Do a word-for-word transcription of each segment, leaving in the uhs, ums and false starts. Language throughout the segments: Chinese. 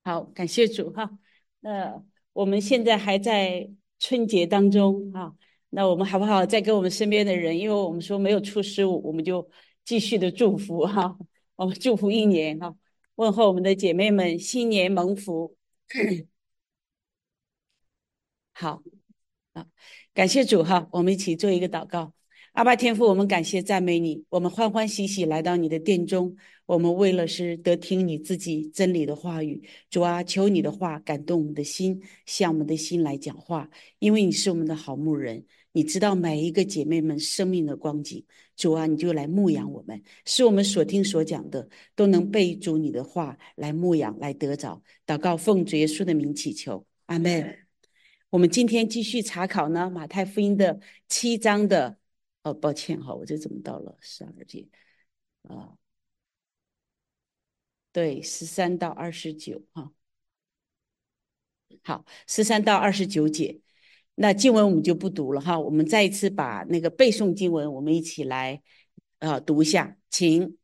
好，感谢主哈。那我们现在还在春节当中哈，那我们好不好再跟我们身边的人，因为我们说没有出失误，我们就继续的祝福哈，我们祝福一年哈，问候我们的姐妹们新年蒙福。好。啊，感谢主哈，我们一起做一个祷告。阿爸天父，我们感谢赞美你，我们欢欢喜喜来到你的殿中，我们为了是得听你自己真理的话语。主啊，求你的话感动我们的心，向我们的心来讲话，因为你是我们的好牧人，你知道每一个姐妹们生命的光景。主啊，你就来牧养我们，使我们所听所讲的都能背主你的话来牧养，来得着。祷告奉主耶稣的名祈求，阿门。我们今天继续查考呢，马太福音的七章的，哦，抱歉哈，我这怎么到了十二节啊？对，十三到二十九哈。好，十三到二十九节，那经文我们就不读了哈，我们再一次把那个背诵经文，我们一起来啊、呃、读一下，请。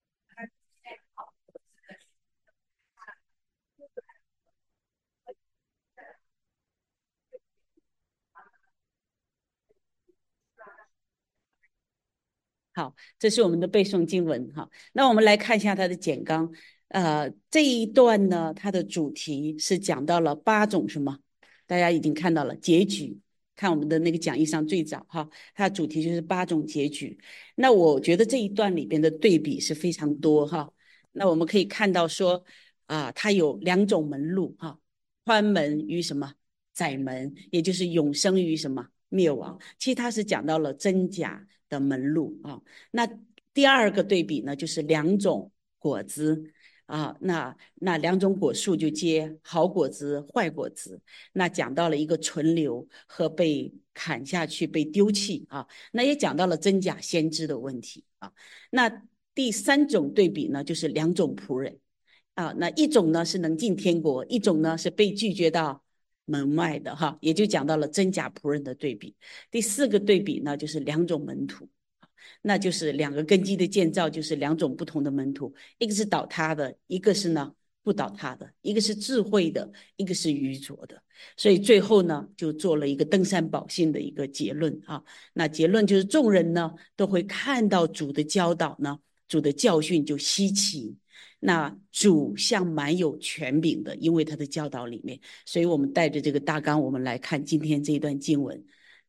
好，这是我们的背诵经文哈。那我们来看一下它的简纲。呃，这一段呢，它的主题是讲到了八种什么？大家已经看到了结局。看我们的那个讲义上最早哈，它的主题就是八种结局。那我觉得这一段里边的对比是非常多哈。那我们可以看到说啊，它有两种门路哈，宽门与什么窄门，也就是永生与什么灭亡。其实它是讲到了真假的门路啊。那第二个对比呢，就是两种果子啊，那那两种果树就接好果子、坏果子。那讲到了一个存留和被砍下去、被丢弃啊。那也讲到了真假先知的问题啊。那第三种对比呢，就是两种仆人啊。那一种呢是能进天国，一种呢是被拒绝到门外的哈，也就讲到了真假仆人的对比。第四个对比呢，就是两种门徒。那就是两个根基的建造，就是两种不同的门徒，一个是倒塌的，一个是呢不倒塌的，一个是智慧的，一个是愚拙的。所以最后呢，就做了一个登山宝训的一个结论啊。那结论就是众人呢都会看到主的教导呢，主的教训就稀奇。那主像蛮有权柄的，因为他的教导里面，所以我们带着这个大纲，我们来看今天这一段经文。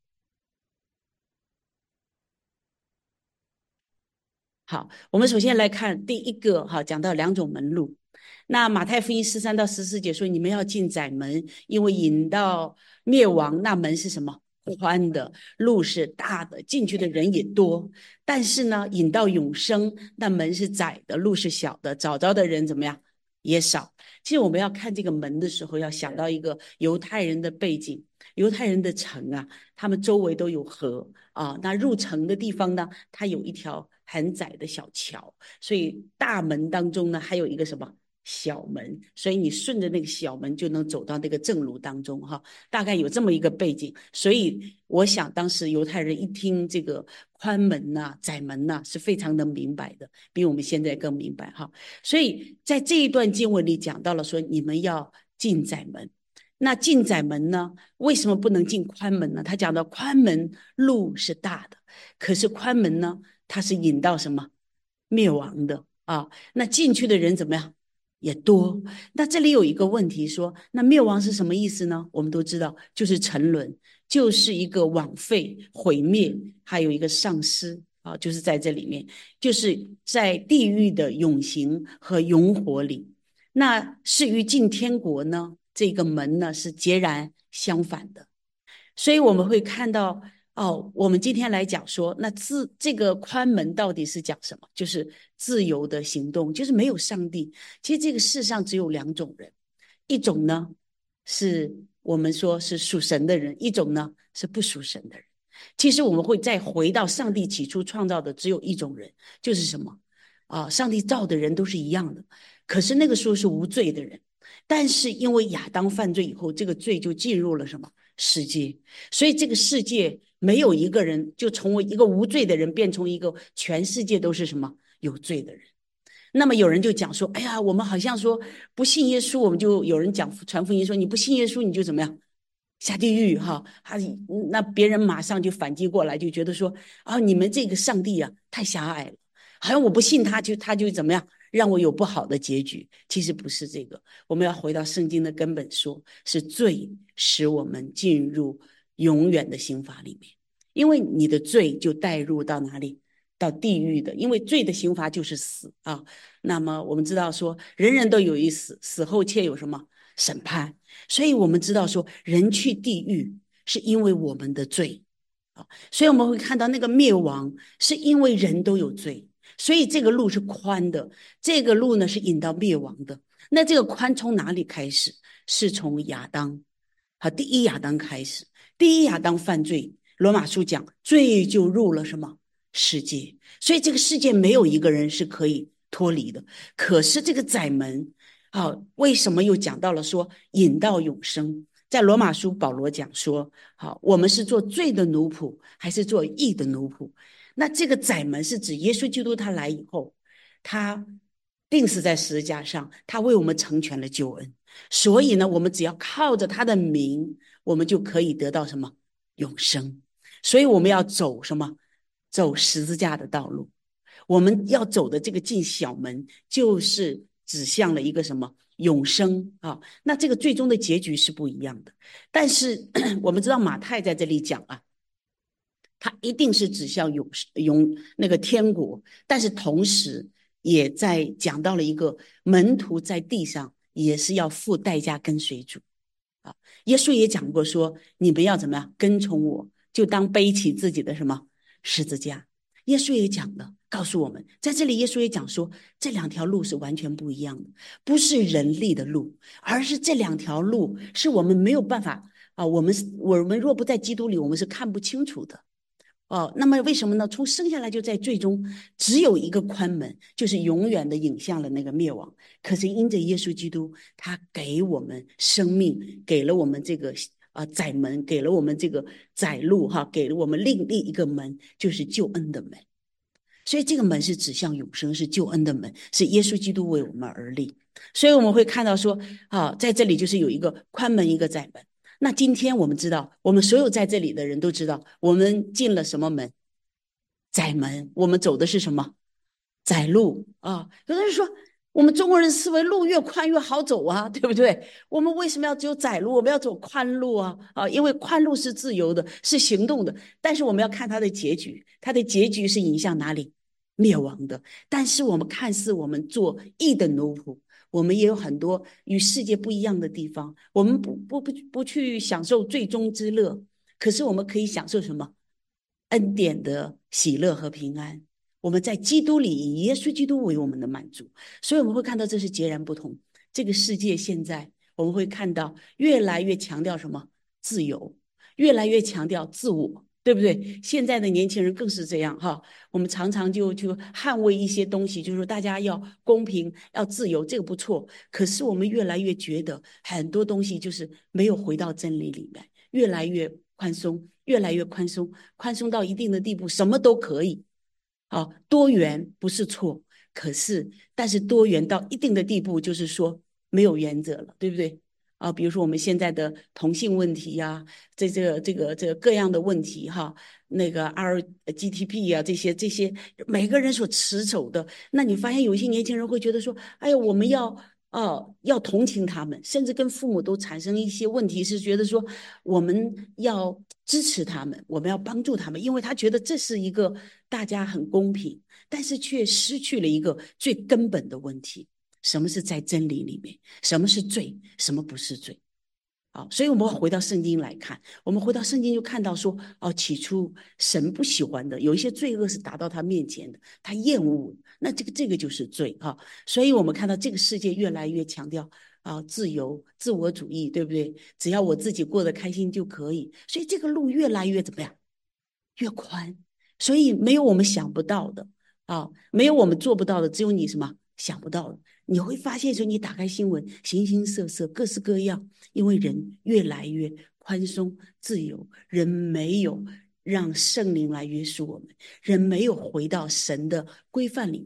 好，我们首先来看第一个哈，讲到两种门路。那马太福音十三到十四节说，你们要进窄门，因为引到灭亡那门是什么？宽的，路是大的，进去的人也多。但是呢，引到永生那门是窄的，路是小的，找着的人怎么样？也少。其实我们要看这个门的时候，要想到一个犹太人的背景，犹太人的城啊，他们周围都有河啊，那入城的地方呢，它有一条很窄的小桥，所以大门当中呢，还有一个什么小门，所以你顺着那个小门就能走到那个正路当中哈，大概有这么一个背景。所以我想当时犹太人一听这个宽门呐、啊、窄门呐、啊，是非常的明白的，比我们现在更明白哈。所以在这一段经文里讲到了说，你们要进窄门。那进窄门呢？为什么不能进宽门呢？他讲到宽门路是大的，可是宽门呢，它是引到什么灭亡的啊？那进去的人怎么样？也多。那这里有一个问题说，那灭亡是什么意思呢？我们都知道，就是沉沦，就是一个枉费、毁灭，还有一个丧失啊，就是在这里面，就是在地狱的永刑和永火里。那至于进天国呢？这个门呢是截然相反的，所以我们会看到哦，我们今天来讲说，那自这个宽门到底是讲什么？就是自由的行动，就是没有上帝。其实这个世上只有两种人，一种呢是我们说是属神的人，一种呢是不属神的人。其实我们会再回到上帝起初创造的只有一种人，就是什么啊？上帝造的人都是一样的，可是那个时候是无罪的人。但是因为亚当犯罪以后，这个罪就进入了什么世界，所以这个世界没有一个人就从一个无罪的人变成一个全世界都是什么有罪的人。 那么有人就讲说，哎呀，我们好像说不信耶稣，我们就有人讲传福音说你不信耶稣你就怎么样下地狱哈。他那别人马上就反击过来，就觉得说啊，你们这个上帝啊太狭隘了，好像我不信他就他就怎么样让我有不好的结局。其实不是这个，我们要回到圣经的根本说，是罪使我们进入永远的刑罚里面，因为你的罪就带入到哪里？到地狱的，因为罪的刑罚就是死啊。那么我们知道说，人人都有一死，死后且有什么审判？所以我们知道说，人去地狱是因为我们的罪啊。所以我们会看到那个灭亡是因为人都有罪，所以这个路是宽的，这个路呢是引到灭亡的。那这个宽从哪里开始？是从亚当，好，第一亚当开始，第一亚当犯罪，罗马书讲罪就入了什么？世界。所以这个世界没有一个人是可以脱离的。可是这个窄门啊，为什么又讲到了说引到永生？在罗马书保罗讲说，好，我们是做罪的奴仆还是做义的奴仆？那这个窄门是指耶稣基督他来以后，他钉死在十字架上，他为我们成全了救恩。所以呢，我们只要靠着他的名，我们就可以得到什么？永生。所以我们要走什么？走十字架的道路。我们要走的这个进小门，就是指向了一个什么？永生啊。那这个最终的结局是不一样的。但是我们知道马太在这里讲啊，他一定是指向永永那个天国，但是同时也在讲到了一个门徒在地上也是要付代价跟随主啊。耶稣也讲过说，你们要怎么样跟从我，就当背起自己的什么十字架。耶稣也讲了，告诉我们，在这里耶稣也讲说，这两条路是完全不一样的，不是人力的路，而是这两条路是我们没有办法啊，我们我们若不在基督里，我们是看不清楚的。哦，那么为什么呢？从生下来就在最终只有一个宽门，就是永远的引向了那个灭亡。可是因着耶稣基督，他给我们生命，给了我们这个啊窄门，给了我们这个窄路哈，给了我们另另一个门，就是救恩的门。所以这个门是指向永生，是救恩的门，是耶稣基督为我们而立。所以我们会看到说啊，在这里就是有一个宽门，一个窄门。那今天我们知道，我们所有在这里的人都知道，我们进了什么门？窄门。我们走的是什么？窄路啊。有人说，我们中国人思维路越宽越好走啊，对不对？我们为什么要走窄路？我们要走宽路啊！啊，因为宽路是自由的，是行动的。但是我们要看它的结局，它的结局是引向哪里？灭亡的。但是我们看似我们做义的奴仆，我们也有很多与世界不一样的地方。我们不不不不去享受最终之乐，可是我们可以享受什么？恩典的喜乐和平安。我们在基督里以耶稣基督为我们的满足，所以我们会看到这是截然不同。这个世界现在我们会看到越来越强调什么？自由，越来越强调自我，对不对？现在的年轻人更是这样哈。我们常常就就捍卫一些东西，就是说大家要公平，要自由，这个不错。可是我们越来越觉得很多东西就是没有回到真理里面，越来越宽松，越来越宽松，宽松到一定的地步，什么都可以。啊，多元不是错，可是但是多元到一定的地步，就是说没有原则了，对不对？啊，比如说我们现在的同性问题呀、啊，这这个这个这个各样的问题哈，那个 R G T P 呀、啊，这些这些每个人所持守的，那你发现有些年轻人会觉得说，哎呀，我们要。哦，要同情他们，甚至跟父母都产生一些问题，是觉得说我们要支持他们，我们要帮助他们，因为他觉得这是一个大家很公平，但是却失去了一个最根本的问题：什么是在真理里面？什么是罪？什么不是罪？好，所以我们回到圣经来看，我们回到圣经就看到说，哦，起初神不喜欢的，有一些罪恶是达到他面前的，他厌恶，那这个这个就是罪哈。所以我们看到这个世界越来越强调啊自由、自我主义，对不对？只要我自己过得开心就可以，所以这个路越来越怎么样？越宽，所以没有我们想不到的啊，没有我们做不到的，只有你什么想不到的。你会发现说，你打开新闻，形形色色，各式各样，因为人越来越宽松自由，人没有让圣灵来约束我们，人没有回到神的规范里面。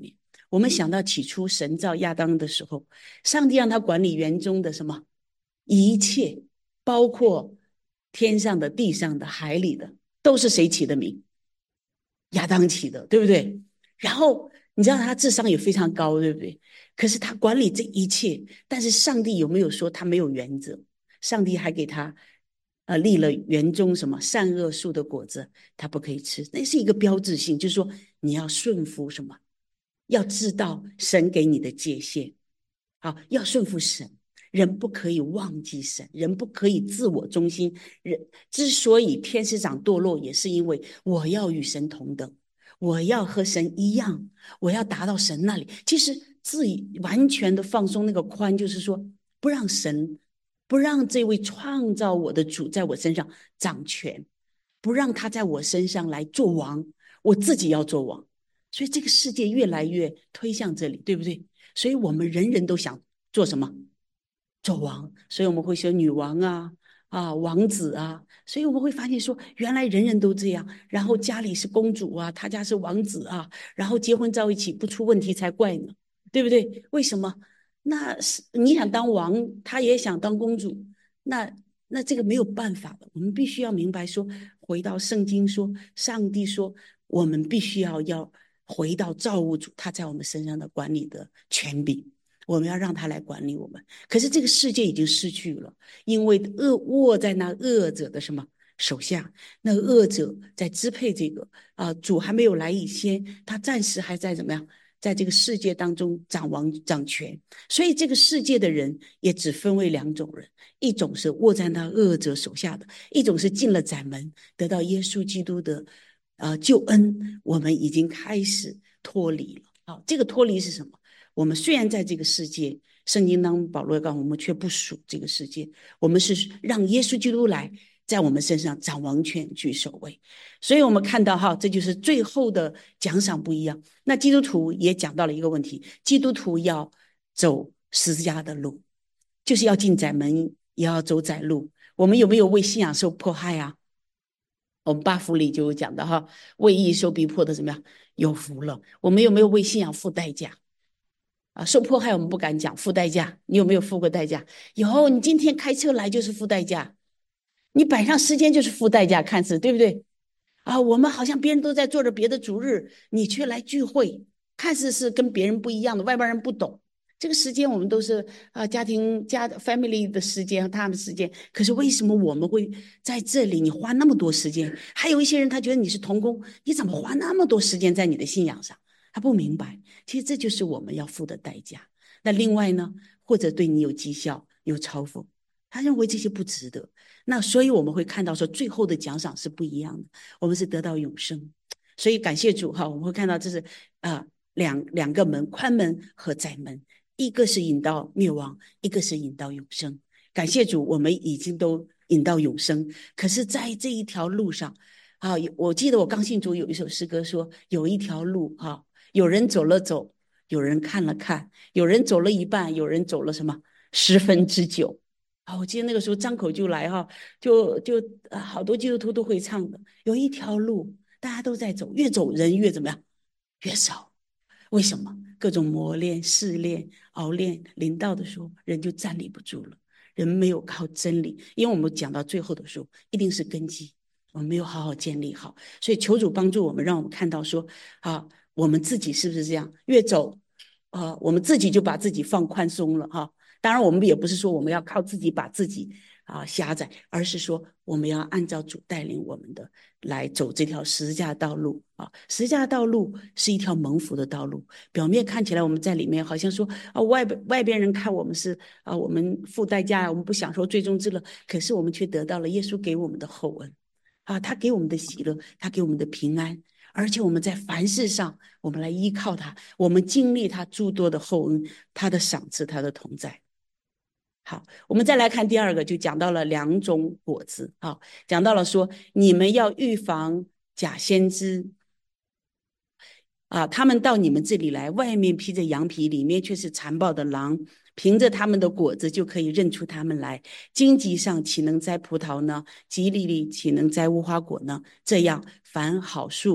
我们想到起初神造亚当的时候，上帝让他管理园中的什么一切，包括天上的、地上的、海里的，都是谁起的名？亚当起的，对不对？然后你知道他智商也非常高，对不对？可是他管理这一切，但是上帝有没有说他没有原则？上帝还给他呃立了园中什么善恶树的果子，他不可以吃，那是一个标志性，就是说你要顺服什么，要知道神给你的界限，好，要顺服神。人不可以忘记神，人不可以自我中心。人之所以天使长堕落，也是因为我要与神同等，我要和神一样，我要达到神那里。其实自己完全的放松那个宽，就是说不让神，不让这位创造我的主在我身上掌权，不让他在我身上来做王，我自己要做王。所以这个世界越来越推向这里，对不对？所以我们人人都想做什么？做王。所以我们会说女王啊啊王子啊，所以我们会发现说原来人人都这样，然后家里是公主啊，他家是王子啊，然后结婚在一起不出问题才怪呢，对不对？为什么？那是你想当王，他也想当公主，那那这个没有办法的。我们必须要明白说，回到圣经说，上帝说我们必须要要回到造物主他在我们身上的管理的权柄，我们要让他来管理我们。可是这个世界已经失去了，因为恶握在那恶者的什么手下，那恶者在支配这个啊、呃，主还没有来以前，他暂时还在怎么样，在这个世界当中掌王掌权。所以这个世界的人也只分为两种人，一种是握在那恶者手下的，一种是进了窄门得到耶稣基督的呃救恩，我们已经开始脱离了。好，这个脱离是什么？我们虽然在这个世界，圣经当保罗告诉我们却不属这个世界，我们是让耶稣基督来在我们身上掌王权居首位。所以我们看到哈，这就是最后的奖赏不一样。那基督徒也讲到了一个问题，基督徒要走十字架的路，就是要进窄门也要走窄路。我们有没有为信仰受迫害啊？我们八福里就有讲的哈，为义受逼迫的怎么样？有福了。我们有没有为信仰付代价啊？受迫害我们不敢讲，付代价，你有没有付过代价？有，你今天开车来就是付代价，你摆上时间就是付代价，看似对不对？啊，我们好像别人都在做着别的主日，你却来聚会，看似是跟别人不一样的，外边人不懂。这个时间我们都是啊、呃、家庭家 family 的时间，他们的时间。可是为什么我们会在这里？你花那么多时间？还有一些人他觉得你是童工，你怎么花那么多时间在你的信仰上？他不明白，其实这就是我们要付的代价。那另外呢，或者对你有讥笑、有嘲讽，他认为这些不值得。那所以我们会看到说，最后的奖赏是不一样的，我们是得到永生。所以感谢主哈，我们会看到这是啊、呃、两两个门，宽门和窄门。一个是引到灭亡，一个是引到永生。感谢主，我们已经都引到永生。可是在这一条路上啊，我记得我刚信主有一首诗歌说，有一条路哈，有人走了走，有人看了看，有人走了一半，有人走了什么十分之九啊。我记得那个时候张口就来哈，就就、啊、好多基督徒都会唱的，有一条路大家都在走，越走人越怎么样，越少。为什么？各种磨练、试炼、熬炼临到的时候，人就站立不住了。人没有靠真理，因为我们讲到最后的时候，一定是根基，我们没有好好建立好。所以求主帮助我们，让我们看到说，啊，我们自己是不是这样？越走，呃，我们自己就把自己放宽松了哈。当然，我们也不是说我们要靠自己把自己啊狭窄，而是说我们要按照主带领我们的来走这条十字架道路啊。十字架道路是一条蒙福的道路，表面看起来我们在里面好像说啊，外外边人看我们是啊，我们付代价，我们不享受最终之乐，可是我们却得到了耶稣给我们的厚恩啊，他给我们的喜乐，他给我们的平安。而且我们在凡事上，我们来依靠他，我们经历他诸多的厚恩，他的赏赐，他的同在。好，我们再来看第二个，就讲到了两种果子啊，讲到了说你们要预防假先知啊，他们到你们这里来，外面披着羊皮，里面却是残暴的狼。凭着他们的果子就可以认出他们来。荆棘上岂能摘葡萄呢？棘里里岂能摘无花果呢？这样，凡好树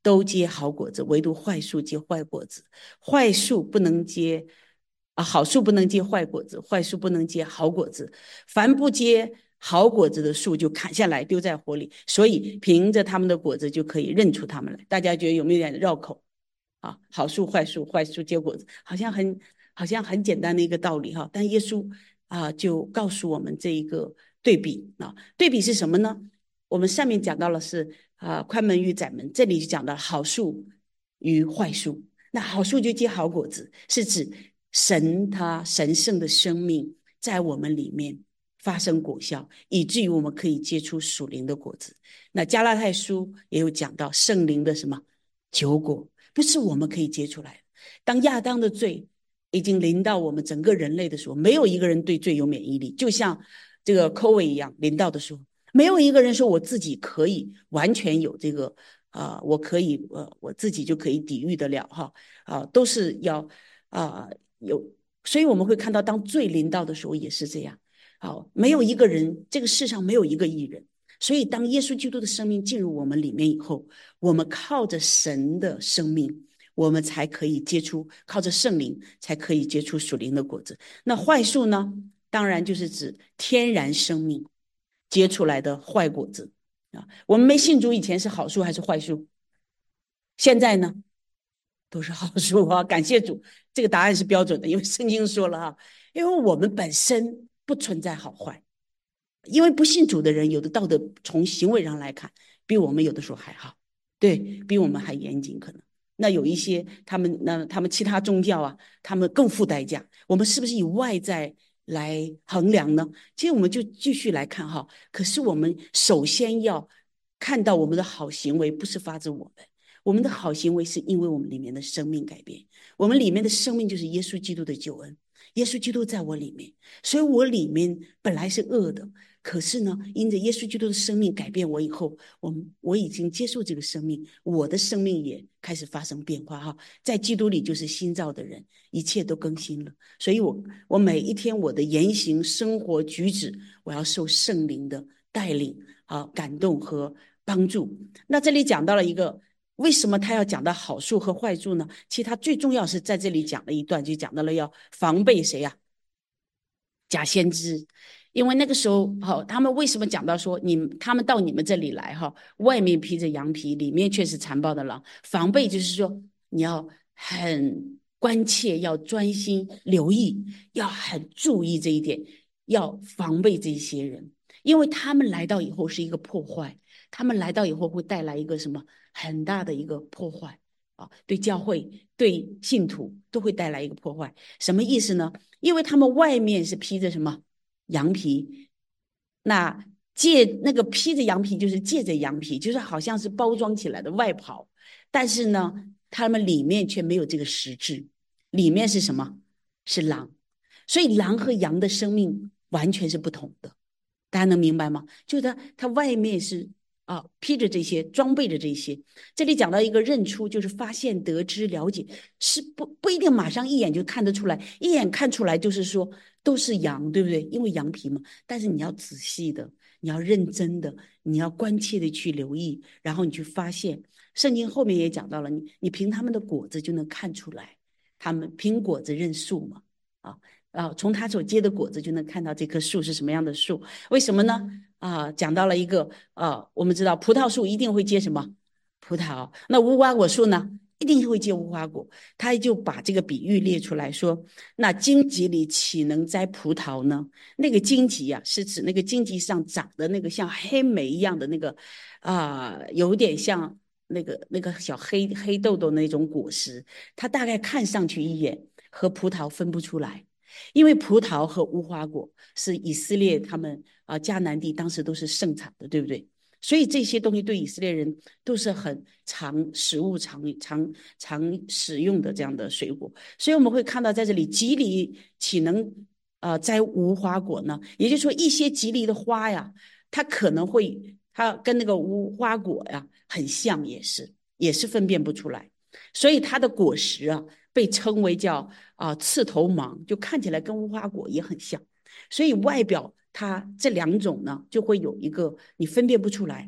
都结好果子，唯独坏树结坏果子。坏树不能结啊，好树不能结坏果子，坏树不能结好果子。凡不结好果子的树，就砍下来丢在火里。所以凭着他们的果子就可以认出他们来。大家觉得有没有点绕口啊？好树坏树，坏树结果子，好像很好像很简单的一个道理哈。但耶稣啊，就告诉我们这一个对比啊，对比是什么呢？我们上面讲到了是啊，宽门与窄门，这里就讲到好树与坏树。那好树就结好果子，是指神他神圣的生命在我们里面发生果效，以至于我们可以结出属灵的果子。那加拉太书也有讲到圣灵的什么九果，不是我们可以结出来的。当亚当的罪已经临到我们整个人类的时候，没有一个人对罪有免疫力，就像这个 COVID 一样，临到的时候，没有一个人说我自己可以完全有这个啊、呃，我可以呃，我自己就可以抵御得了哈啊、呃，都是要啊、呃、有，所以我们会看到，当罪临到的时候也是这样。好，没有一个人，这个世上没有一个义人，所以当耶稣基督的生命进入我们里面以后，我们靠着神的生命，我们才可以结出，靠着圣灵才可以结出属灵的果子。那坏树呢，当然就是指天然生命结出来的坏果子啊。我们没信主以前是好树还是坏树？现在呢，都是好树啊！感谢主，这个答案是标准的，因为圣经说了啊，因为我们本身不存在好坏，因为不信主的人有的道德从行为上来看，比我们有的时候还好，对比我们还严谨可能。那有一些他们那他们其他宗教啊，他们更付代价。我们是不是以外在来衡量呢？其实我们就继续来看哈。可是我们首先要看到我们的好行为不是发自我们，我们的好行为是因为我们里面的生命改变，我们里面的生命就是耶稣基督的救恩，耶稣基督在我里面，所以我里面本来是恶的，可是呢，因着耶稣基督的生命改变我以后，我我已经接受这个生命，我的生命也开始发生变化哈。在基督里就是新造的人，一切都更新了。所以我我每一天我的言行、生活举止，我要受圣灵的带领啊、感动和帮助。那这里讲到了一个，为什么他要讲到好树和坏树呢？其实他最重要是在这里讲了一段，就讲到了要防备谁呀、啊？假先知。因为那个时候，好，他们为什么讲到说你他们到你们这里来哈，外面披着羊皮，里面却是残暴的狼？防备就是说你要很关切，要专心留意，要很注意这一点，要防备这些人，因为他们来到以后是一个破坏，他们来到以后会带来一个什么很大的一个破坏啊，对教会、对信徒都会带来一个破坏。什么意思呢？因为他们外面是披着什么羊皮，那借那个披着羊皮就是借着羊皮，就是好像是包装起来的外袍，但是呢，他们里面却没有这个实质，里面是什么？是狼。所以狼和羊的生命完全是不同的，大家能明白吗？就是它它外面是啊披着这些，装备着这些。这里讲到一个认出，就是发现、得知、了解，是不不一定马上一眼就看得出来，一眼看出来就是说都是羊，对不对？因为羊皮嘛。但是你要仔细的，你要认真的，你要关切的去留意，然后你去发现。圣经后面也讲到了，你你凭他们的果子就能看出来，他们凭果子认树嘛，啊。啊，从他所结的果子就能看到这棵树是什么样的树。为什么呢？啊，讲到了一个啊，我们知道葡萄树一定会结什么葡萄，那无花果树呢一定会结无花果。他就把这个比喻列出来说，那荆棘里岂能摘葡萄呢？那个荆棘啊，是指那个荆棘上长的那个像黑莓一样的那个啊、呃，有点像那个那个小黑黑豆豆那种果实，它大概看上去一眼和葡萄分不出来。因为葡萄和无花果是以色列他们啊迦南地当时都是盛产的，对不对？所以这些东西对以色列人都是很常食物常常常使用的这样的水果。所以我们会看到在这里，吉藜岂能啊、呃、摘无花果呢？也就是说，一些吉藜的花呀，它可能会它跟那个无花果呀很像，也是也是分辨不出来。所以它的果实啊，被称为叫啊、呃、刺头芒，就看起来跟无花果也很像。所以外表它这两种呢，就会有一个你分辨不出来。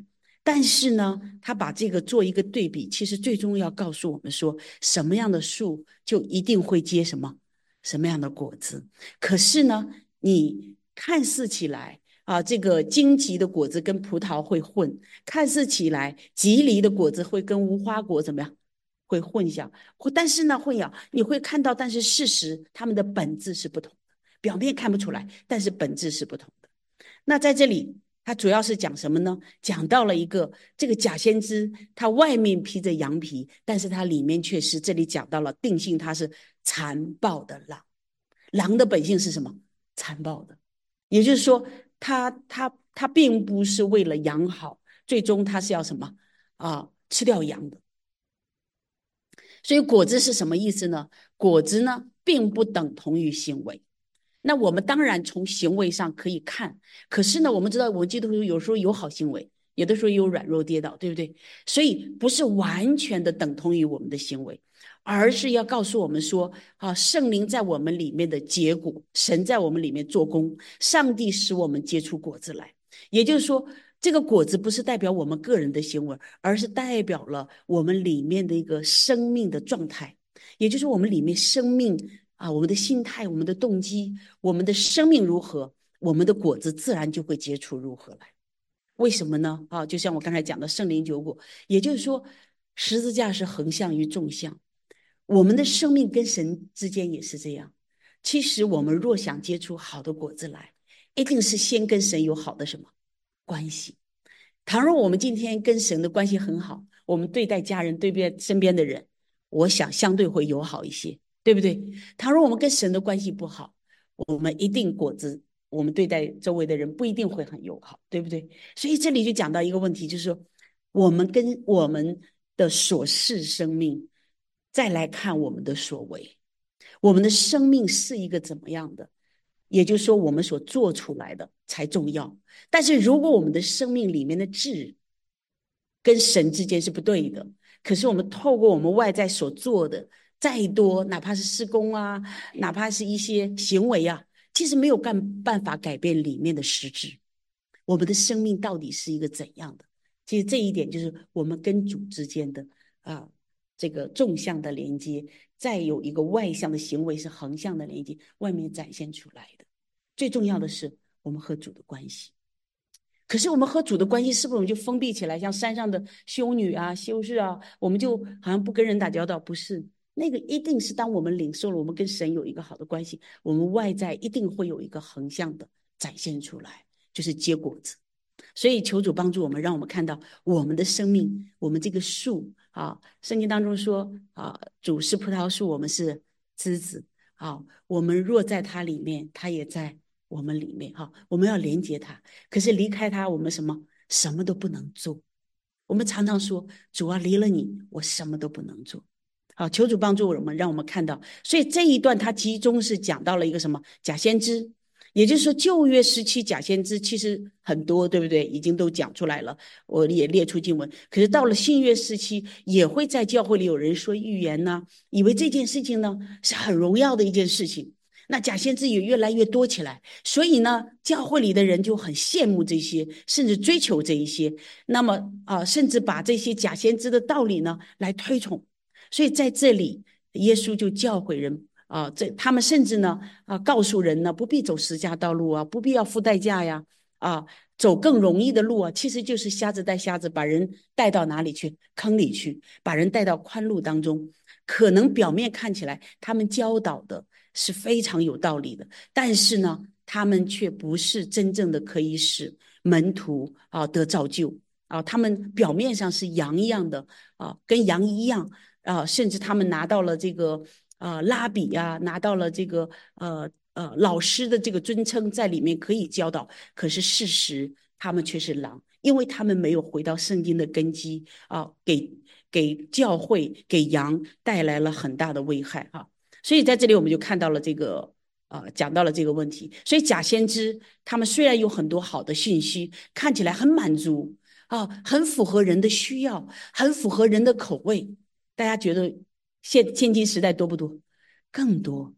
但是呢，他把这个做一个对比，其实最终要告诉我们说，什么样的树就一定会结什么什么样的果子。可是呢，你看似起来啊，这个荆棘的果子跟葡萄会混，看似起来棘藜的果子会跟无花果怎么样？会混淆，但是呢，混淆你会看到，但是事实它们的本质是不同的，表面看不出来，但是本质是不同的。那在这里，它主要是讲什么呢？讲到了一个这个假先知，它外面披着羊皮，但是它里面却是这里讲到了定性，它是残暴的狼。狼的本性是什么？残暴的，也就是说，它它它并不是为了羊好，最终它是要什么啊？吃掉羊的。所以果子是什么意思呢？果子呢，并不等同于行为。那我们当然从行为上可以看，可是呢，我们知道我们基督徒有时候有好行为，有的时候有软弱跌倒，对不对？所以不是完全的等同于我们的行为，而是要告诉我们说，啊，圣灵在我们里面的结果，神在我们里面做工，上帝使我们结出果子来。也就是说，这个果子不是代表我们个人的行为，而是代表了我们里面的一个生命的状态，也就是我们里面生命啊，我们的心态、我们的动机、我们的生命如何，我们的果子自然就会结出如何来。为什么呢？啊，就像我刚才讲的圣灵九果，也就是说，十字架是横向于纵向，我们的生命跟神之间也是这样。其实我们若想结出好的果子来，一定是先跟神有好的什么关系。倘若我们今天跟神的关系很好，我们对待家人、对待身边的人，我想相对会友好一些，对不对？倘若我们跟神的关系不好，我们一定果子，我们对待周围的人不一定会很友好，对不对？所以这里就讲到一个问题，就是说，我们跟我们的所事生命，再来看我们的所为，我们的生命是一个怎么样的？也就是说，我们所做出来的才重要。但是如果我们的生命里面的质跟神之间是不对的，可是我们透过我们外在所做的再多，哪怕是施工啊，哪怕是一些行为啊，其实没有干办法改变里面的实质。我们的生命到底是一个怎样的？其实这一点就是我们跟主之间的啊这个纵向的连接，再有一个外向的行为是横向的连接，外面展现出来的。最重要的是我们和主的关系。可是我们和主的关系是不是我们就封闭起来，像山上的修女啊、修士啊，我们就好像不跟人打交道？不是，那个一定是当我们领受了，我们跟神有一个好的关系，我们外在一定会有一个横向的展现出来，就是结果子。所以求主帮助我们，让我们看到我们的生命，我们这个树啊，圣经当中说啊，主是葡萄树，我们是枝子啊，我们若在它里面，它也在我们里面哈、啊，我们要连接它。可是离开它，我们什么什么都不能做。我们常常说，主啊，离了你，我什么都不能做。好，求主帮助我们，让我们看到。所以这一段它集中是讲到了一个什么假先知。也就是说，旧约时期假先知其实很多，对不对？已经都讲出来了，我也列出经文。可是到了新约时期，也会在教会里有人说预言呢、啊，以为这件事情呢是很荣耀的一件事情。那假先知也越来越多起来，所以呢，教会里的人就很羡慕这些，甚至追求这一些。那么啊、呃，甚至把这些假先知的道理呢来推崇。所以在这里，耶稣就教诲人。啊，这他们甚至呢，啊，告诉人呢，不必走十架道路啊，不必要付代价呀，啊，走更容易的路啊，其实就是瞎子带瞎子，把人带到哪里去？坑里去，把人带到宽路当中。可能表面看起来，他们教导的是非常有道理的，但是呢，他们却不是真正的可以使门徒啊得造就啊，他们表面上是羊一样的啊，跟羊一样啊，甚至他们拿到了这个。呃，拉比啊，拿到了这个呃呃老师的这个尊称，在里面可以教导。可是事实，他们却是狼，因为他们没有回到圣经的根基啊，给给教会、给羊带来了很大的危害哈、啊。所以在这里我们就看到了这个呃，讲到了这个问题。所以假先知他们虽然有很多好的信息，看起来很满足啊，很符合人的需要，很符合人的口味，大家觉得？现现今时代多不多？更多。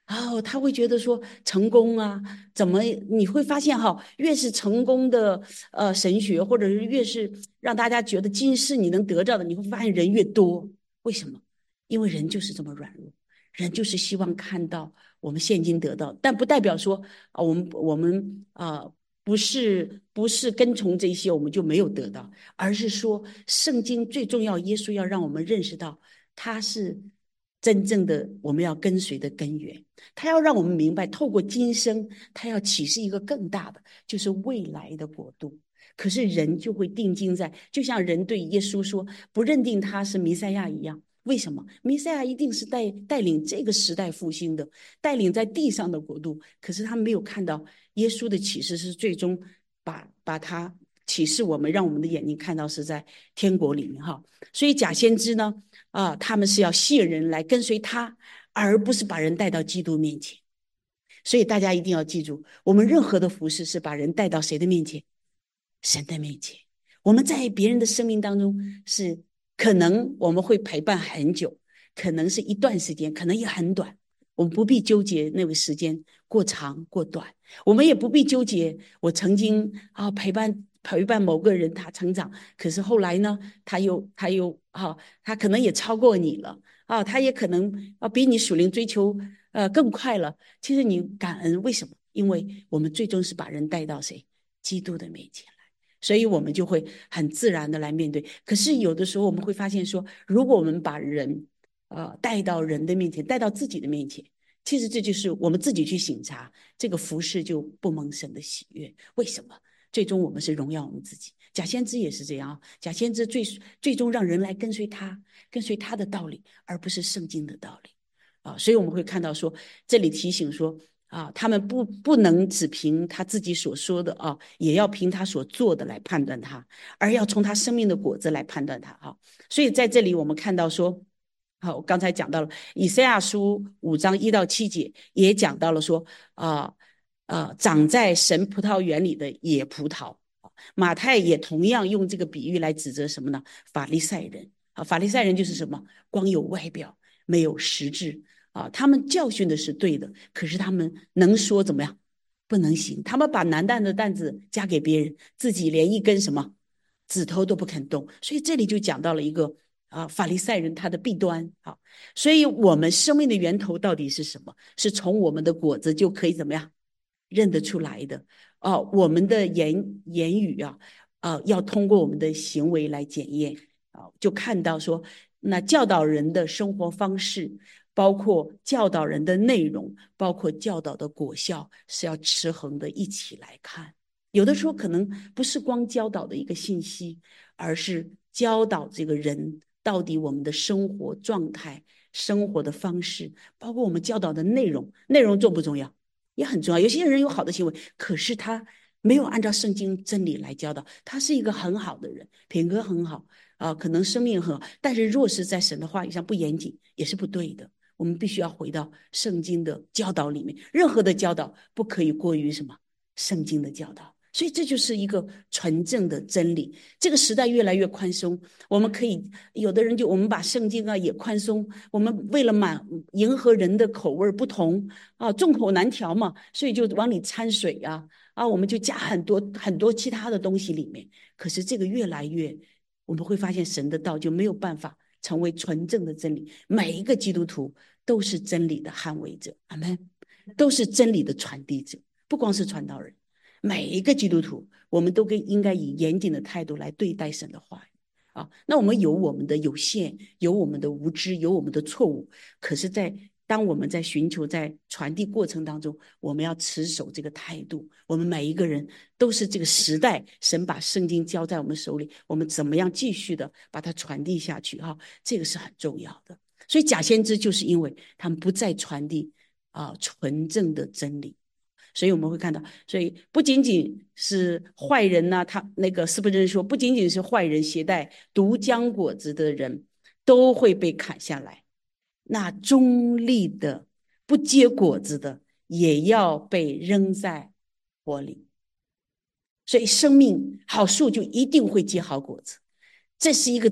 哦，他会觉得说成功啊，怎么你会发现哈，越是成功的呃神学，或者是越是让大家觉得今世你能得到的，你会发现人越多。为什么？因为人就是这么软弱，人就是希望看到我们现今得到，但不代表说啊、我们我们啊、呃不是不是跟从这些我们就没有得到，而是说圣经最重要，耶稣要让我们认识到他是真正的我们要跟随的根源。他要让我们明白，透过今生，他要启示一个更大的，就是未来的国度。可是人就会定睛在，就像人对耶稣说不认定他是弥赛亚一样。为什么？弥赛亚一定是带带领这个时代复兴的，带领在地上的国度。可是他没有看到耶稣的启示是最终把把他启示我们，让我们的眼睛看到是在天国里面哈。所以假先知呢，啊，他们是要吸引人来跟随他，而不是把人带到基督面前。所以大家一定要记住，我们任何的服事是把人带到谁的面前？神的面前。我们在别人的生命当中是可能我们会陪伴很久，可能是一段时间，可能也很短。我们不必纠结那个时间过长过短，我们也不必纠结我曾经啊陪伴陪伴某个人他成长，可是后来呢，他又他又啊，他可能也超过你了啊，他也可能啊比你属灵追求呃更快了。其实你感恩，为什么？因为我们最终是把人带到谁？基督的面前来，所以我们就会很自然的来面对。可是有的时候我们会发现说，如果我们把人呃带到人的面前，带到自己的面前，其实这就是我们自己去省察，这个服事就不蒙神的喜悦。为什么？最终我们是荣耀我们自己。假先知也是这样，假先知最最终让人来跟随他，跟随他的道理，而不是圣经的道理啊。所以我们会看到说，这里提醒说啊，他们不不能只凭他自己所说的啊，也要凭他所做的来判断他，而要从他生命的果子来判断他啊。所以在这里我们看到说，好，我刚才讲到了以赛亚书五章一到七节，也讲到了说啊。呃，长在神葡萄园里的野葡萄，马太也同样用这个比喻来指责什么呢？法利赛人啊，法利赛人就是什么？光有外表，没有实质啊。他们教训的是对的，可是他们能说怎么样？不能行。他们把难担的担子加给别人，自己连一根什么指头都不肯动。所以这里就讲到了一个啊，法利赛人他的弊端啊。所以我们生命的源头到底是什么？是从我们的果子就可以怎么样？认得出来的哦，我们的言言语啊，啊，要通过我们的行为来检验啊，就看到说，那教导人的生活方式，包括教导人的内容，包括教导的果效，是要持衡的一起来看。有的时候可能不是光教导的一个信息，而是教导这个人到底我们的生活状态、生活的方式，包括我们教导的内容，内容重不重要？也很重要。有些人有好的行为，可是他没有按照圣经真理来教导，他是一个很好的人，品格很好啊、呃，可能生命很好，但是若是在神的话语上不严谨，也是不对的。我们必须要回到圣经的教导里面，任何的教导不可以过于什么圣经的教导。所以这就是一个纯正的真理。这个时代越来越宽松，我们可以有的人就我们把圣经啊也宽松，我们为了满迎合人的口味不同啊，众口难调嘛，所以就往里掺水啊啊，我们就加很多很多其他的东西里面。可是这个越来越，我们会发现神的道就没有办法成为纯正的真理。每一个基督徒都是真理的捍卫者，阿们，都是真理的传递者，不光是传道人。每一个基督徒，我们都应该以严谨的态度来对待神的话语啊。那我们有我们的有限，有我们的无知，有我们的错误。可是在，在当我们在寻求在传递过程当中，我们要持守这个态度。我们每一个人都是这个时代，神把圣经交在我们手里，我们怎么样继续的把它传递下去？哈，这个是很重要的。所以假先知就是因为他们不再传递啊纯正的真理。所以我们会看到，所以不仅仅是坏人呢、啊，他那个是不是说，不仅仅是坏人携带毒浆果子的人都会被砍下来，那中立的不结果子的也要被扔在火里。所以生命好树就一定会结好果子，这是一个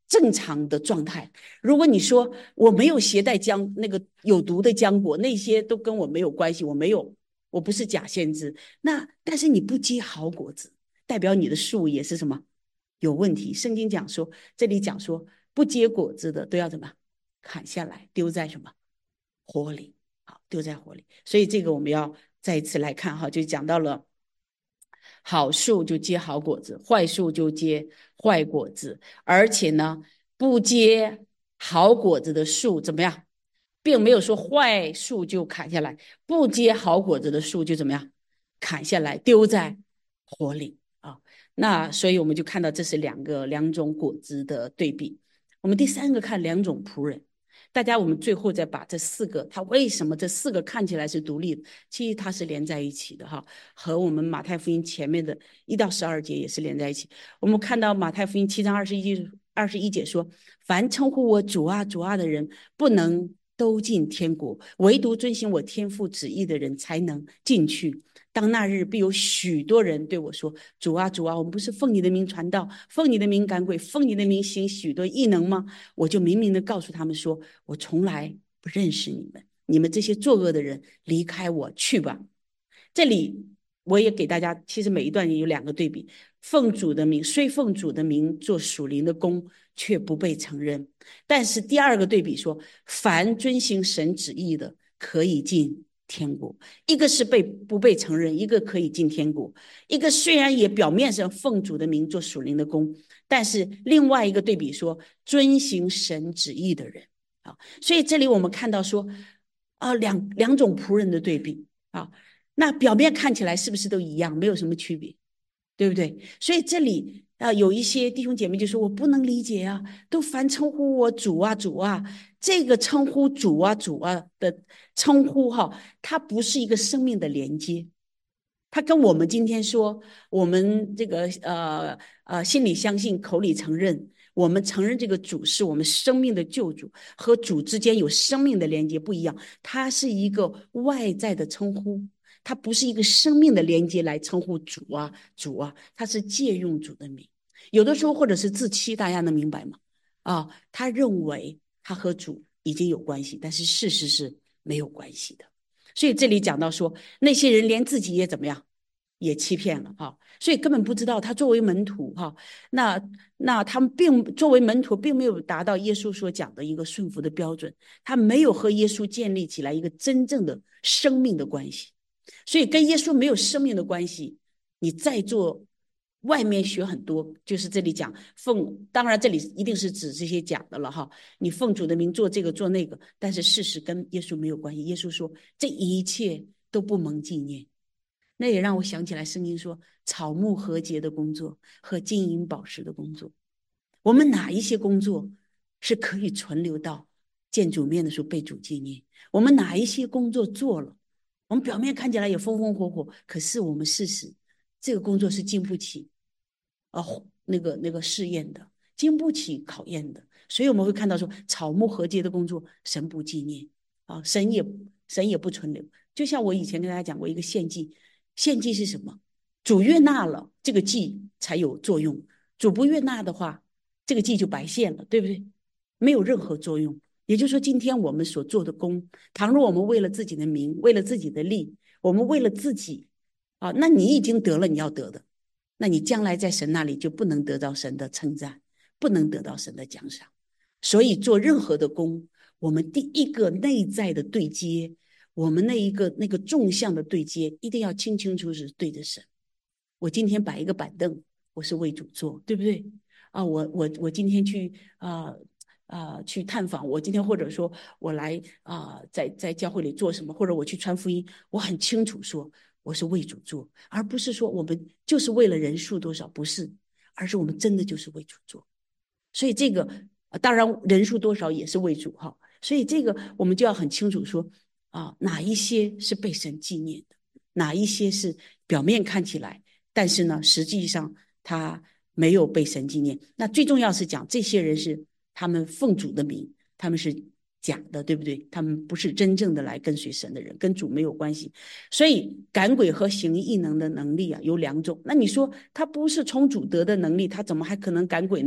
正常的状态。如果你说我没有携带浆那个有毒的浆果，那些都跟我没有关系，我没有，我不是假先知。那但是你不结好果子，代表你的树也是什么有问题。圣经讲说，这里讲说不结果子的都要怎么砍下来，丢在什么火里，好，丢在火里。所以这个我们要再一次来看哈，就讲到了。好树就结好果子，坏树就结坏果子。而且呢，不结好果子的树怎么样，并没有说坏树就砍下来，不结好果子的树就怎么样，砍下来丢在火里啊。那所以我们就看到这是两个两种果子的对比。我们第三个看两种仆人。大家，我们最后再把这四个，它为什么这四个看起来是独立的，其实它是连在一起的哈，和我们马太福音前面的一到十二节也是连在一起。我们看到马太福音七章二十一二十一节说，凡称呼我主啊主啊的人，不能都进天国，唯独遵行我天父旨意的人才能进去。当那日必有许多人对我说，主啊主啊，我们不是奉你的名传道，奉你的名赶鬼，奉你的名行许多异能吗？我就明明的告诉他们说，我从来不认识你们，你们这些作恶的人，离开我去吧。这里我也给大家，其实每一段也有两个对比，奉主的名，虽奉主的名做属灵的工，却不被承认。但是第二个对比说，凡遵行神旨意的，可以进天国。一个是被不被承认，一个可以进天国。一个虽然也表面上奉主的名做属灵的工，但是另外一个对比说，遵行神旨意的人啊。所以这里我们看到说，啊，两两种仆人的对比啊。那表面看起来是不是都一样，没有什么区别，对不对？所以这里啊，有一些弟兄姐妹就说，我不能理解啊，都凡称呼我主啊主啊，这个称呼主啊主啊的称呼哈，它不是一个生命的连接，它跟我们今天说我们这个呃呃心里相信，口里承认，我们承认这个主是我们生命的救主，和主之间有生命的连接不一样，它是一个外在的称呼。它不是一个生命的连接来称呼主啊主啊，它是借用主的名。有的时候或者是自欺，大家能明白吗？啊，他认为他和主已经有关系，但是事实是没有关系的。所以这里讲到说，那些人连自己也怎么样，也欺骗了哈，所以根本不知道他作为门徒哈，那那他们并作为门徒并没有达到耶稣所讲的一个顺服的标准，他没有和耶稣建立起来一个真正的生命的关系。所以跟耶稣没有生命的关系，你再做外面学很多，就是这里讲奉，当然这里一定是指这些讲的了哈，你奉主的名做这个做那个，但是事实跟耶稣没有关系。耶稣说这一切都不蒙纪念。那也让我想起来圣经说草木和结的工作和金银宝石的工作，我们哪一些工作是可以存留到见主面的时候被主纪念？我们哪一些工作做了，我们表面看起来也风风火火，可是我们事实这个工作是经不起呃那个那个试验的，经不起考验的。所以我们会看到说草木和结的工作神不纪念啊，神也神也不存留。就像我以前跟大家讲过一个献祭，献祭是什么？主悦纳了，这个祭才有作用，主不悦纳的话，这个祭就白献了，对不对？没有任何作用。也就是说，今天我们所做的功，倘若我们为了自己的名，为了自己的利，我们为了自己啊，那你已经得了你要得的，那你将来在神那里就不能得到神的称赞，不能得到神的奖赏。所以做任何的功，我们第一个内在的对接，我们那一个那个纵向的对接，一定要清清楚楚对着神。我今天摆一个板凳，我是为主做，对不对？啊，我我我今天去啊。呃啊、呃，去探访我今天，或者说我来啊、呃，在在教会里做什么，或者我去传福音，我很清楚说我是为主做，而不是说我们就是为了人数多少，不是，而是我们真的就是为主做。所以这个当然人数多少也是为主哈，所以这个我们就要很清楚说啊，哪一些是被神纪念的，哪一些是表面看起来，但是呢，实际上他没有被神纪念。那最重要是讲这些人是。他们奉主的名，他们是假的，对不对？他们不是真正的来跟随神的人，跟主没有关系。所以赶鬼和行异能的能力啊有两种。那你说他不是从主得的能力，他怎么还可能赶鬼呢？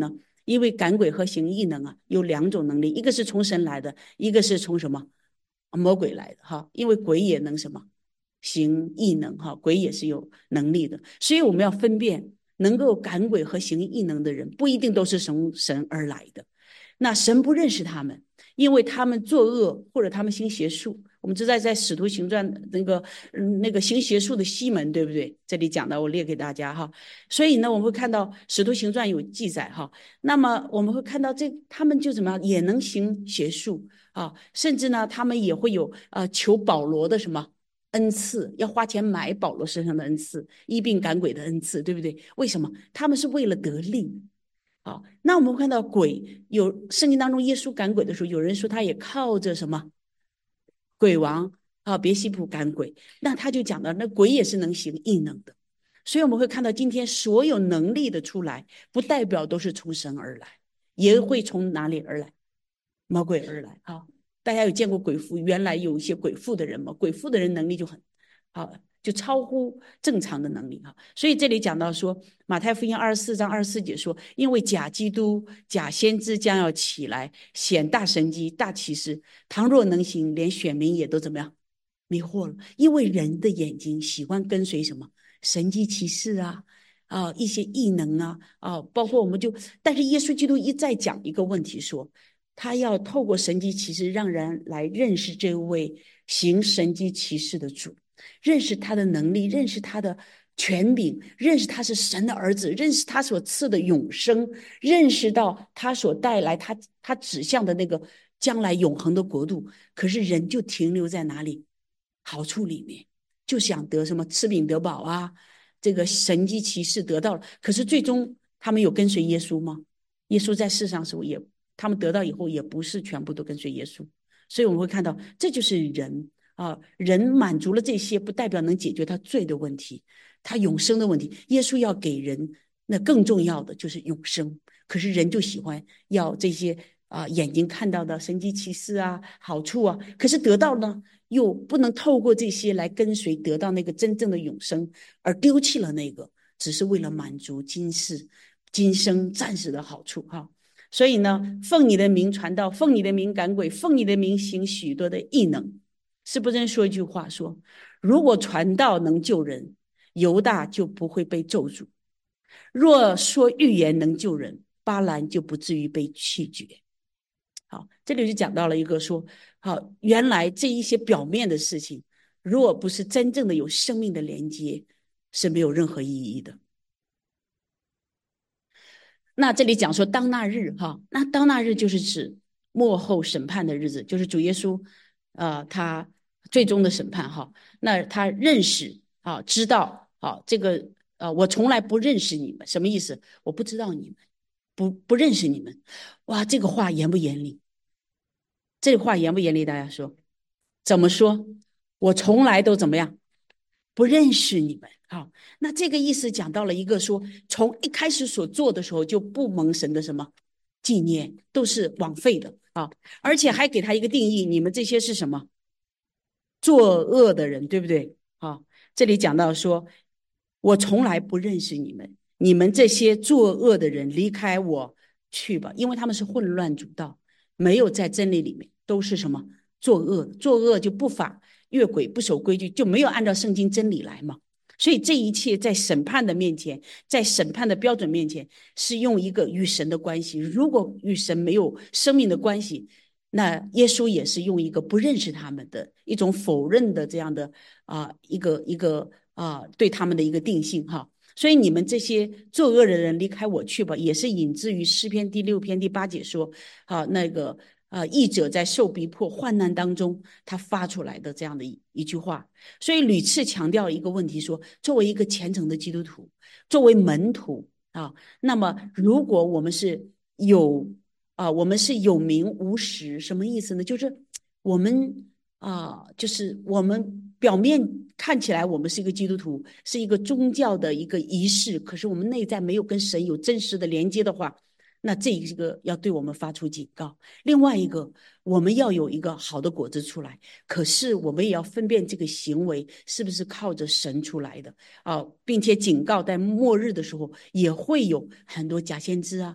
因为赶鬼和行异能啊，有两种能力，一个是从神来的，一个是从什么魔鬼来的哈。因为鬼也能什么行异能哈，鬼也是有能力的，所以我们要分辨能够赶鬼和行异能的人，不一定都是从神而来的。那神不认识他们，因为他们作恶或者他们行邪术。我们知道在使徒行传那个、嗯、那个行邪术的西门，对不对？这里讲的我列给大家哈。所以呢，我们会看到使徒行传有记载哈。那么我们会看到这他们就怎么样也能行邪术啊，甚至呢他们也会有呃求保罗的什么恩赐，要花钱买保罗身上的恩赐，医病赶鬼的恩赐，对不对？为什么？他们是为了得利。好，那我们看到鬼有圣经当中耶稣赶鬼的时候，有人说他也靠着什么鬼王啊别西卜赶鬼，那他就讲到那鬼也是能行异能的。所以我们会看到今天所有能力的出来，不代表都是从神而来，也会从哪里而来？魔鬼而来啊！大家有见过鬼父？原来有一些鬼父的人吗？鬼父的人能力就很好，就超乎正常的能力哈。所以这里讲到说，马太福音二十四章二十四节说，因为假基督、假先知将要起来，显大神迹、大奇事，倘若能行，连选民也都怎么样迷惑了。因为人的眼睛喜欢跟随什么神迹奇事啊。啊，一些异能啊，啊，包括我们就，但是耶稣基督一再讲一个问题说，他要透过神迹奇事让人来认识这位行神迹奇事的主，认识他的能力，认识他的权柄，认识他是神的儿子，认识他所赐的永生，认识到他所带来他他指向的那个将来永恒的国度。可是人就停留在哪里？好处里面，就想得什么吃饼得饱啊，这个神迹奇事得到了，可是最终他们有跟随耶稣吗？耶稣在世上时候也，他们得到以后也不是全部都跟随耶稣。所以我们会看到，这就是人啊，人满足了这些，不代表能解决他罪的问题，他永生的问题。耶稣要给人，那更重要的就是永生。可是人就喜欢要这些啊，眼睛看到的神迹奇事啊，好处啊，可是得到呢？又不能透过这些来跟随得到那个真正的永生，而丢弃了那个，只是为了满足今世今生暂时的好处哈。所以呢，奉你的名传道，奉你的名赶鬼，奉你的名行许多的异能。是不是说一句话说，如果传道能救人，犹大就不会被咒诅；若说预言能救人，巴兰就不至于被弃绝。好，这里就讲到了一个说，好，原来这一些表面的事情，如果不是真正的有生命的连接，是没有任何意义的。那这里讲说当那日哈，那当那日就是指末后审判的日子，就是主耶稣，呃，他最终的审判哈。那他认识啊，知道啊，这个呃，我从来不认识你们，什么意思？我不知道你们，不不认识你们。哇，这个话严不严厉？这话严不严厉？大家说怎么说？我从来都怎么样不认识你们啊？那这个意思讲到了一个说，从一开始所做的时候就不蒙神的什么纪念，都是枉费的啊！而且还给他一个定义：你们这些是什么作恶的人，对不对？啊，这里讲到说，我从来不认识你们，你们这些作恶的人，离开我去吧，因为他们是混乱主道。没有在真理里面，都是什么作恶，作恶就不法越轨，不守规矩，就没有按照圣经真理来嘛。所以这一切在审判的面前，在审判的标准面前，是用一个与神的关系。如果与神没有生命的关系，那耶稣也是用一个不认识他们的一种否认的这样的啊、呃、一个一个啊、呃、对他们的一个定性哈。所以你们这些作恶的人离开我去吧，也是引自于诗篇第六篇第八节说，啊，那个啊，义者在受逼迫患难当中，他发出来的这样的一一句话。所以屡次强调一个问题说，作为一个虔诚的基督徒，作为门徒啊，那么如果我们是有啊，我们是有名无实，什么意思呢？就是我们啊，就是我们表面看起来我们是一个基督徒，是一个宗教的一个仪式，可是我们内在没有跟神有真实的连接的话，那这一个要对我们发出警告。另外一个，我们要有一个好的果子出来，可是我们也要分辨这个行为是不是靠着神出来的啊，并且警告在末日的时候也会有很多假先知啊，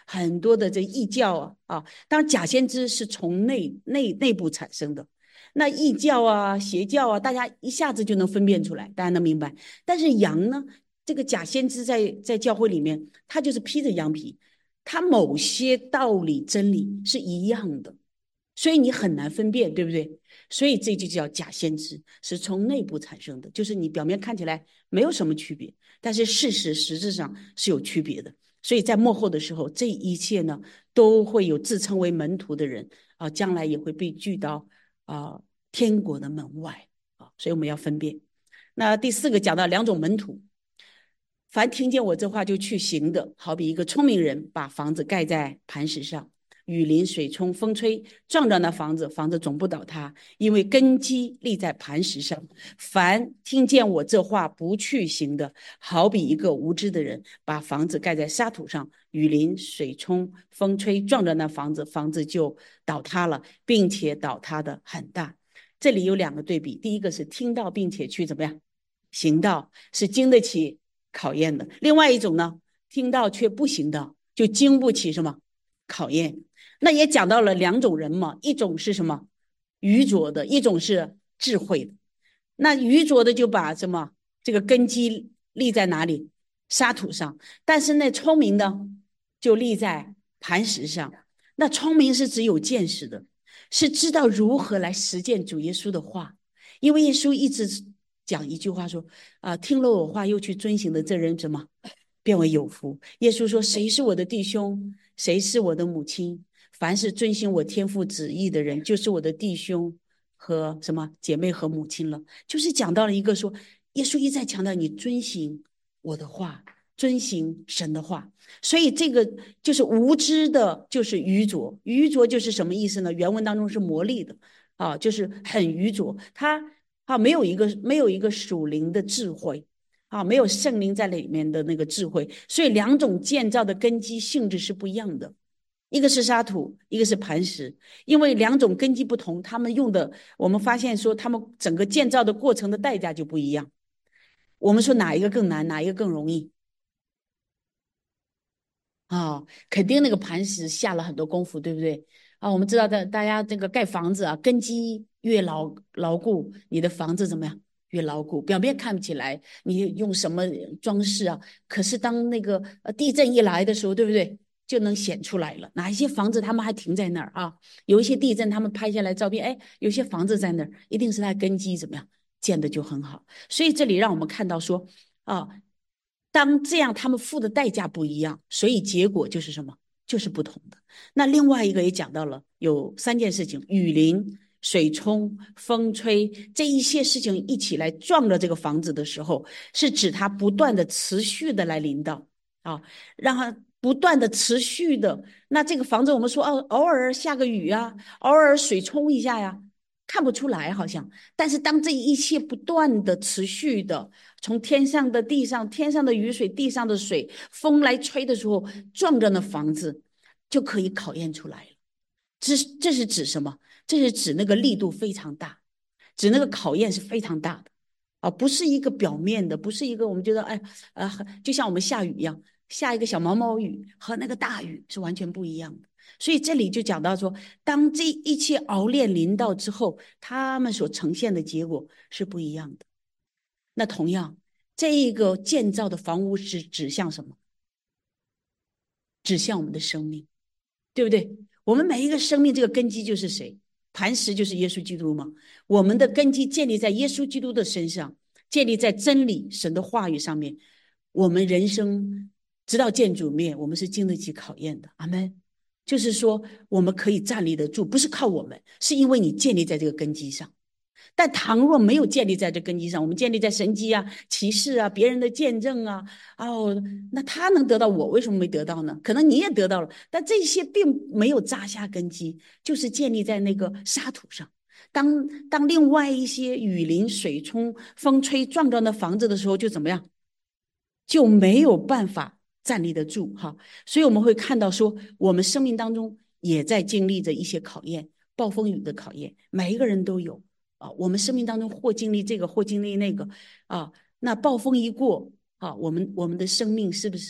很多的这异教啊啊，当然假先知是从内内内部产生的，那异教啊、邪教啊，大家一下子就能分辨出来，大家能明白。但是羊呢，这个假先知在在教会里面，他就是披着羊皮，他某些道理真理是一样的，所以你很难分辨，对不对？所以这就叫假先知，是从内部产生的，就是你表面看起来没有什么区别，但是事实实质上是有区别的。所以在末后的时候，这一切呢，都会有自称为门徒的人啊，将来也会被拒到啊天国的门外啊，所以我们要分辨。那第四个讲到两种门徒，凡听见我这话就去行的，好比一个聪明人把房子盖在磐石上，雨淋、水冲、风吹，撞着那房子，房子总不倒塌，因为根基立在磐石上。凡听见我这话不去行的，好比一个无知的人把房子盖在沙土上，雨淋、水冲、风吹，撞着那房子，房子就倒塌了，并且倒塌的很大。这里有两个对比，第一个是听到并且去怎么样行道，是经得起考验的；另外一种呢，听到却不行道，就经不起什么考验。那也讲到了两种人嘛，一种是什么愚拙的，一种是智慧的。那愚拙的就把什么这个根基立在哪里？沙土上。但是那聪明的就立在磐石上。那聪明是指有见识的，是知道如何来实践主耶稣的话。因为耶稣一直讲一句话说啊，听了我话又去遵行的这人怎么变为有福。耶稣说，谁是我的弟兄，谁是我的母亲，凡是遵行我天父旨意的人，就是我的弟兄和什么姐妹和母亲了。就是讲到了一个说，耶稣一再强调你遵行我的话，遵行神的话。所以这个就是无知的，就是愚拙。愚拙就是什么意思呢？原文当中是魔力的啊，就是很愚拙，他啊没有一个没有一个属灵的智慧啊，没有圣灵在里面的那个智慧，所以两种建造的根基性质是不一样的。一个是沙土，一个是磐石，因为两种根基不同，他们用的，我们发现说他们整个建造的过程的代价就不一样。我们说哪一个更难，哪一个更容易啊、哦？肯定那个磐石下了很多功夫，对不对啊？我们知道的，大家这个盖房子啊，根基越牢牢固，你的房子怎么样？越牢固。表面看不起来，你用什么装饰啊？可是当那个呃地震一来的时候，对不对？就能显出来了。哪一些房子他们还停在那儿啊？有一些地震他们拍下来照片，哎，有些房子在那儿，一定是它根基怎么样建的就很好。所以这里让我们看到说啊，当这样他们付的代价不一样，所以结果就是什么？就是不同的。那另外一个也讲到了，有三件事情：雨淋、水冲、风吹，这一些事情一起来撞了这个房子的时候，是指它不断的、持续的来临到啊，让它不断的、持续的。那这个房子我们说哦，偶尔下个雨啊，偶尔水冲一下呀，看不出来好像。但是当这一切不断的、持续的，从天上的、地上、天上的雨水、地上的水，风来吹的时候，撞着那房子，就可以考验出来了。这这是指什么？这是指那个力度非常大，指那个考验是非常大的啊，不是一个表面的，不是一个我们觉得哎呃，就像我们下雨一样，下一个小毛毛雨和那个大雨是完全不一样的。所以这里就讲到说，当这一切熬炼临到之后，他们所呈现的结果是不一样的。那同样，这一个建造的房屋是指向什么？指向我们的生命，对不对？我们每一个生命这个根基就是谁？磐石就是耶稣基督嘛。我们的根基建立在耶稣基督的身上，建立在真理神的话语上面。我们人生直到见主面，我们是经得起考验的。阿们。就是说我们可以站立得住，不是靠我们，是因为你建立在这个根基上。但倘若没有建立在这根基上，我们建立在神迹啊、启示啊、别人的见证啊，哦，那他能得到，我为什么没得到呢？可能你也得到了，但这些并没有扎下根基，就是建立在那个沙土上。当当另外一些雨淋、水冲、风吹撞到那房子的时候，就怎么样？就没有办法站立得住哈。所以我们会看到说，我们生命当中也在经历着一些考验，暴风雨的考验，每一个人都有。啊，我们生命当中或经历这个，或经历那个啊。那暴风一过啊，我们我们的生命是不是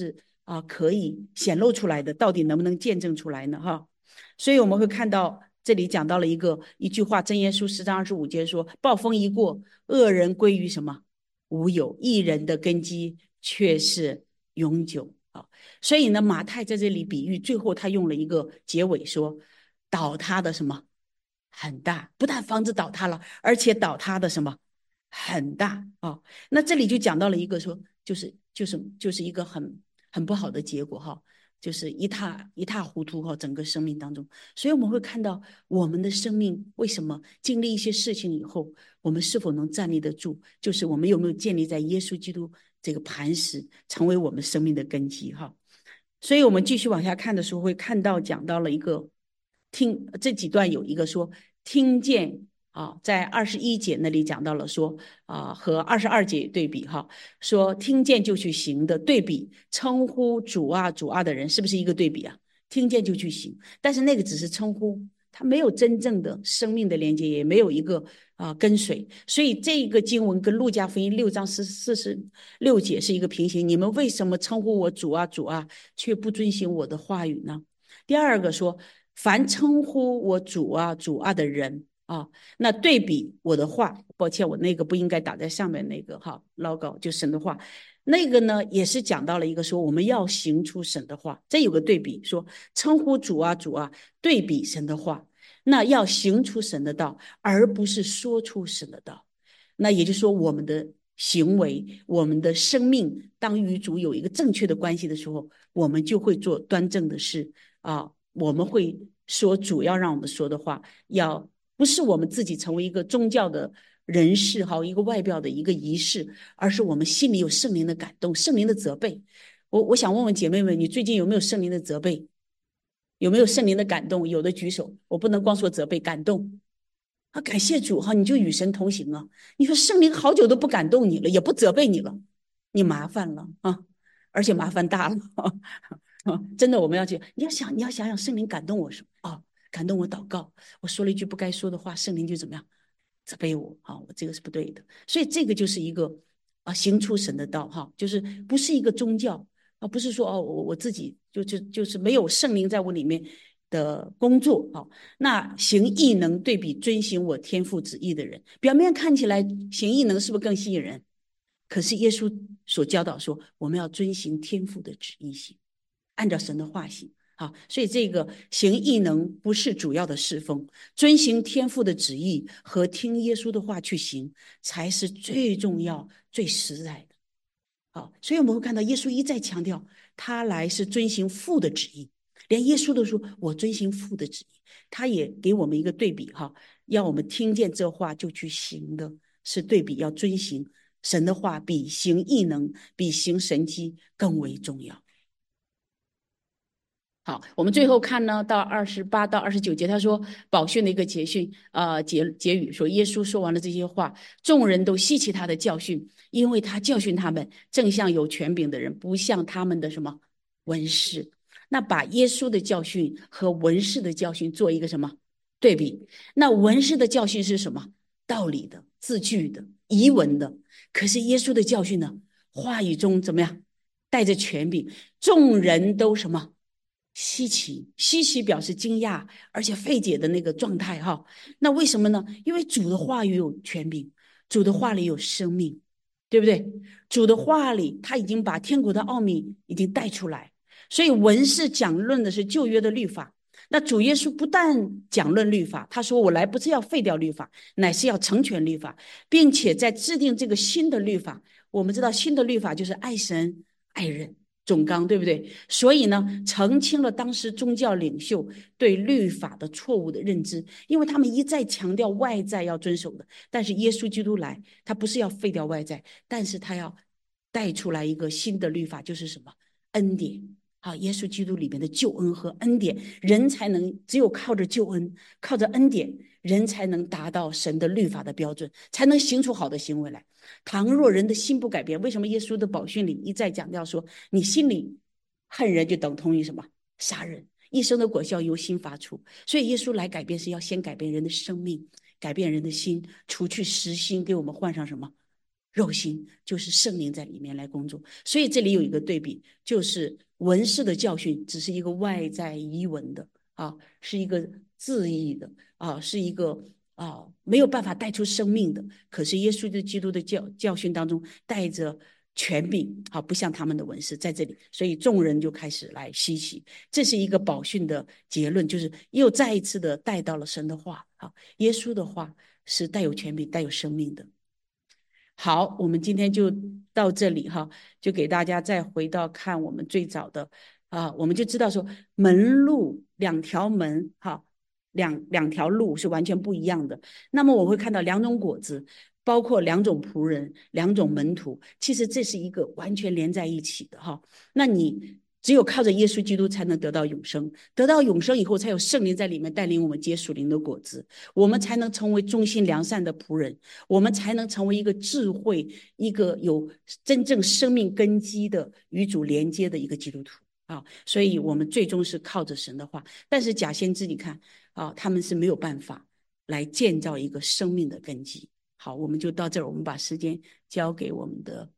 啊可以显露出来的，到底能不能见证出来呢？哈，所以我们会看到这里讲到了一个一句话，箴言书十章二十五节说：暴风一过，恶人归于什么？无有，义人的根基却是永久。啊，所以呢，马太在这里比喻，最后他用了一个结尾说，倒塌的什么很大，不但房子倒塌了，而且倒塌的什么很大啊、哦。那这里就讲到了一个说，就是就是就是一个很很不好的结果哈，就是一塌一塌糊涂哈，整个生命当中。所以我们会看到我们的生命为什么经历一些事情以后，我们是否能站立得住，就是我们有没有建立在耶稣基督这个磐石，成为我们生命的根基哈。所以我们继续往下看的时候，会看到讲到了一个听这几段有一个说听见啊，在二十一节那里讲到了说啊，和二十二节对比哈，说听见就去行的对比，称呼主啊主啊的人是不是一个对比啊？听见就去行，但是那个只是称呼，他没有真正的生命的连接，也没有一个啊跟随。所以这个经文跟路加福音六章四四十六节是一个平行。你们为什么称呼我主啊主啊，却不遵行我的话语呢？第二个说，凡称呼我主啊主啊的人啊，那对比我的话，抱歉，我那个不应该打在上面那个哈，logo 就神的话。那个呢，也是讲到了一个说，我们要行出神的话，这有个对比，说称呼主啊主啊，对比神的话，那要行出神的道，而不是说出神的道。那也就是说，我们的行为，我们的生命，当与主有一个正确的关系的时候，我们就会做端正的事啊。我们会说主要让我们说的话，要不是我们自己成为一个宗教的人士哈，一个外表的一个仪式，而是我们心里有圣灵的感动，圣灵的责备。我我想问问姐妹们，你最近有没有圣灵的责备？有没有圣灵的感动？有的举手。我不能光说责备，感动啊！感谢主哈，你就与神同行啊。你说圣灵好久都不感动你了，也不责备你了，你麻烦了啊，而且麻烦大了。真的，我们要去，你要想，你要想想圣灵感动我什么啊？感动我祷告，我说了一句不该说的话，圣灵就怎么样责备我啊？我这个是不对的，所以这个就是一个啊，行出神的道哈，就是不是一个宗教啊，不是说哦，我我自己就就就是没有圣灵在我里面的工作啊。那行异能对比遵行我天父旨意的人，表面看起来行异能是不是更吸引人？可是耶稣所教导说，我们要遵行天父的旨意行。按照神的话行，好，所以这个行异能不是主要的侍奉，遵行天父的旨意和听耶稣的话去行，才是最重要、最实在的。好，所以我们会看到耶稣一再强调，他来是遵行父的旨意，连耶稣都说我遵行父的旨意，他也给我们一个对比哈，要我们听见这话就去行的，是对比要遵行神的话，比行异能、比行神迹更为重要。好，我们最后看呢，到二十八到二十九节，他说宝训的一个结训，呃结结语说，耶稣说完了这些话，众人都吸取他的教训，因为他教训他们，正像有权柄的人，不像他们的什么文士。那把耶稣的教训和文士的教训做一个什么对比？那文士的教训是什么？道理的、字句的、仪文的。可是耶稣的教训呢？话语中怎么样？带着权柄，众人都什么？稀奇，稀奇表示惊讶，而且费解的那个状态哈。那为什么呢？因为主的话语有权柄，主的话里有生命，对不对？主的话里他已经把天国的奥秘已经带出来，所以文士讲论的是旧约的律法。那主耶稣不但讲论律法，他说我来不是要废掉律法，乃是要成全律法，并且在制定这个新的律法。我们知道新的律法就是爱神爱人总纲，对不对？所以呢，澄清了当时宗教领袖对律法的错误的认知，因为他们一再强调外在要遵守的，但是耶稣基督来，他不是要废掉外在，但是他要带出来一个新的律法，就是什么？恩典。好，耶稣基督里面的救恩和恩典，人才能只有靠着救恩，靠着恩典，人才能达到神的律法的标准，才能行出好的行为来。倘若人的心不改变，为什么耶稣的宝训里一再强调说，你心里恨人就等同于什么？杀人。一生的果效由心发出，所以耶稣来改变是要先改变人的生命，改变人的心，除去实心，给我们换上什么？ 肉心就是圣灵在里面来工作。所以这里有一个对比，就是文士的教训只是一个外在仪文的啊，是一个字义的啊，是一个啊没有办法带出生命的。可是耶稣基督的教教训当中带着权柄，好，不像他们的文士在这里，所以众人就开始来稀奇。这是一个宝训的结论，就是又再一次的带到了神的话，好，耶稣的话是带有权柄、带有生命的。好，我们今天就到这里哈，就给大家再回到看我们最早的啊，我们就知道说门路两条门哈，两两条路是完全不一样的。那么我会看到两种果子，包括两种仆人、两种门徒，其实这是一个完全连在一起的哈。那你只有靠着耶稣基督才能得到永生，得到永生以后，才有圣灵在里面带领我们结属灵的果子，我们才能成为忠心良善的仆人，我们才能成为一个智慧、一个有真正生命根基的与主连接的一个基督徒啊。所以我们最终是靠着神的话，但是假先知你看啊，他们是没有办法来建造一个生命的根基。好，我们就到这儿，我们把时间交给我们的